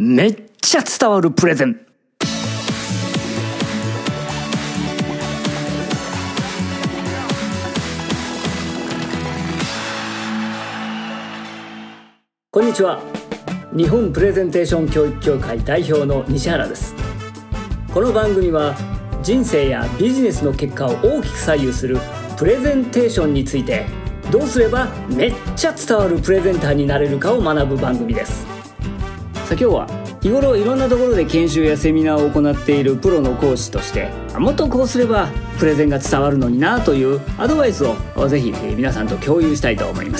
めっちゃ伝わるプレゼン。こんにちは。日本プレゼンテーション教育協会代表の西原です。この番組は人生やビジネスの結果を大きく左右するプレゼンテーションについて、どうすればめっちゃ伝わるプレゼンターになれるかを学ぶ番組です。さあ、今日は日頃いろんなところで研修やセミナーを行っているプロの講師として、もっとこうすればプレゼンが伝わるのになというアドバイスをぜひ皆さんと共有したいと思います。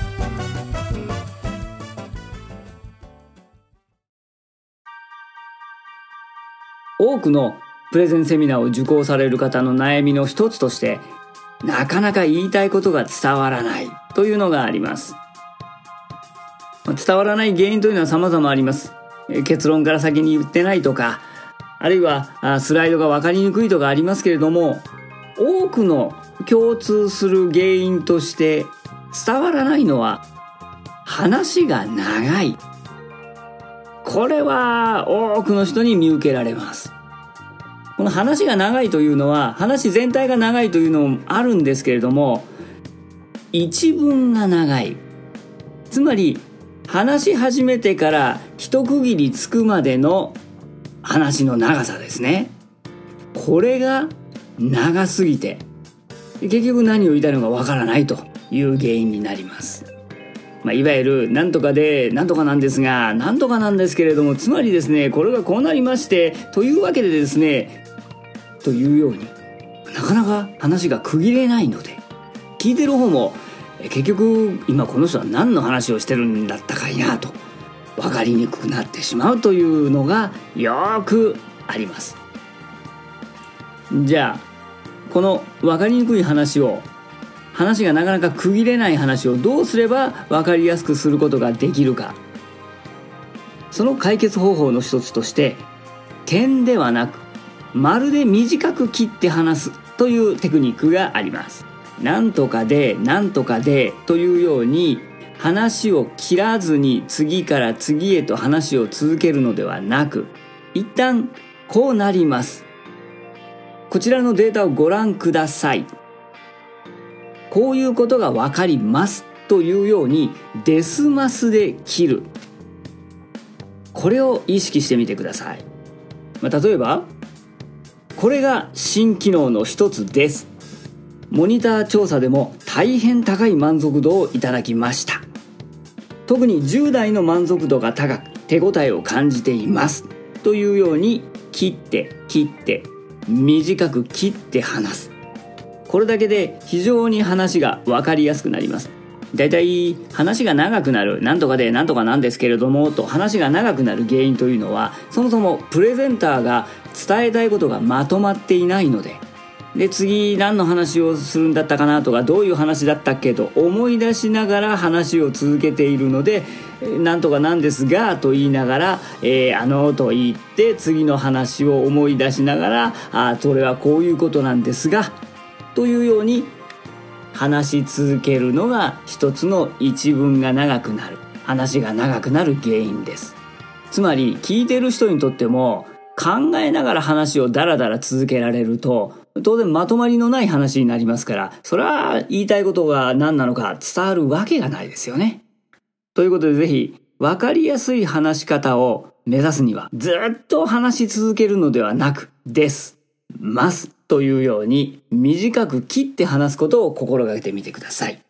多くのプレゼンセミナーを受講される方の悩みの一つとして、なかなか言いたいことが伝わらないというのがあります。伝わらない原因というのは様々あります。結論から先に言ってないとか、あるいはスライドが分かりにくいとかありますけれども、多くの共通する原因として伝わらないのは話が長い。これは多くの人に見受けられます。この話が長いというのは、話全体が長いというのもあるんですけれども、一文が長い。つまり話し始めてから一区切りつくまでの話の長さですね。これが長すぎて結局何を言いたいのかわからないという原因になります。いわゆるなんとかでなんとかなんですが、なんとかなんですけれども、つまりですね、これがこうなりましてというわけでですね、というようになかなか話が区切れないので、聞いてる方も結局今この人は何の話をしてるんだったかいなと分かりにくくなってしまうというのがよくあります。じゃあこの分かりにくい話がなかなか区切れない話をどうすれば分かりやすくすることができるか。その解決方法の一つとして、点ではなく丸で短く切って話すというテクニックがあります。なんとかでなんとかでというように話を切らずに次から次へと話を続けるのではなく、一旦こうなります、こちらのデータをご覧ください、こういうことが分かりますというようにデスマスで切る。これを意識してみてください。例えばこれが新機能の一つです。モニター調査でも大変高い満足度をいただきました。特に10代の満足度が高く手応えを感じていますというように切って短く切って話す。これだけで非常に話が分かりやすくなります。だいたい話が長くなる、なんとかでなんとかなんですけれどもと話が長くなる原因というのは、そもそもプレゼンターが伝えたいことがまとまっていないので、次何の話をするんだったかなとか、どういう話だったっけと思い出しながら話を続けているので、なんとかなんですがと言いながら、と言って次の話を思い出しながら、それはこういうことなんですがというように話し続けるのが一つの一文が長くなる、話が長くなる原因です。つまり聞いてる人にとっても、考えながら話をダラダラ続けられると当然まとまりのない話になりますから、それは言いたいことが何なのか伝わるわけがないですよね。ということで、ぜひ分かりやすい話し方を目指すには、ずっと話し続けるのではなく、ですますというように短く切って話すことを心がけてみてください。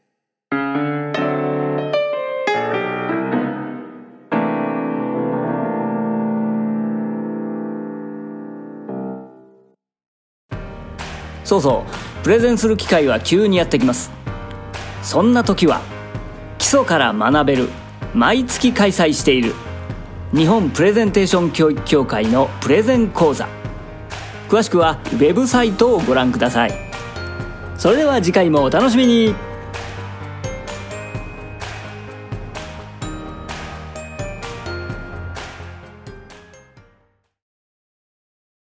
そうそう、プレゼンする機会は急にやってきます。そんな時は基礎から学べる、毎月開催している日本プレゼンテーション教育協会のプレゼン講座、詳しくはウェブサイトをご覧ください。それでは次回もお楽しみに。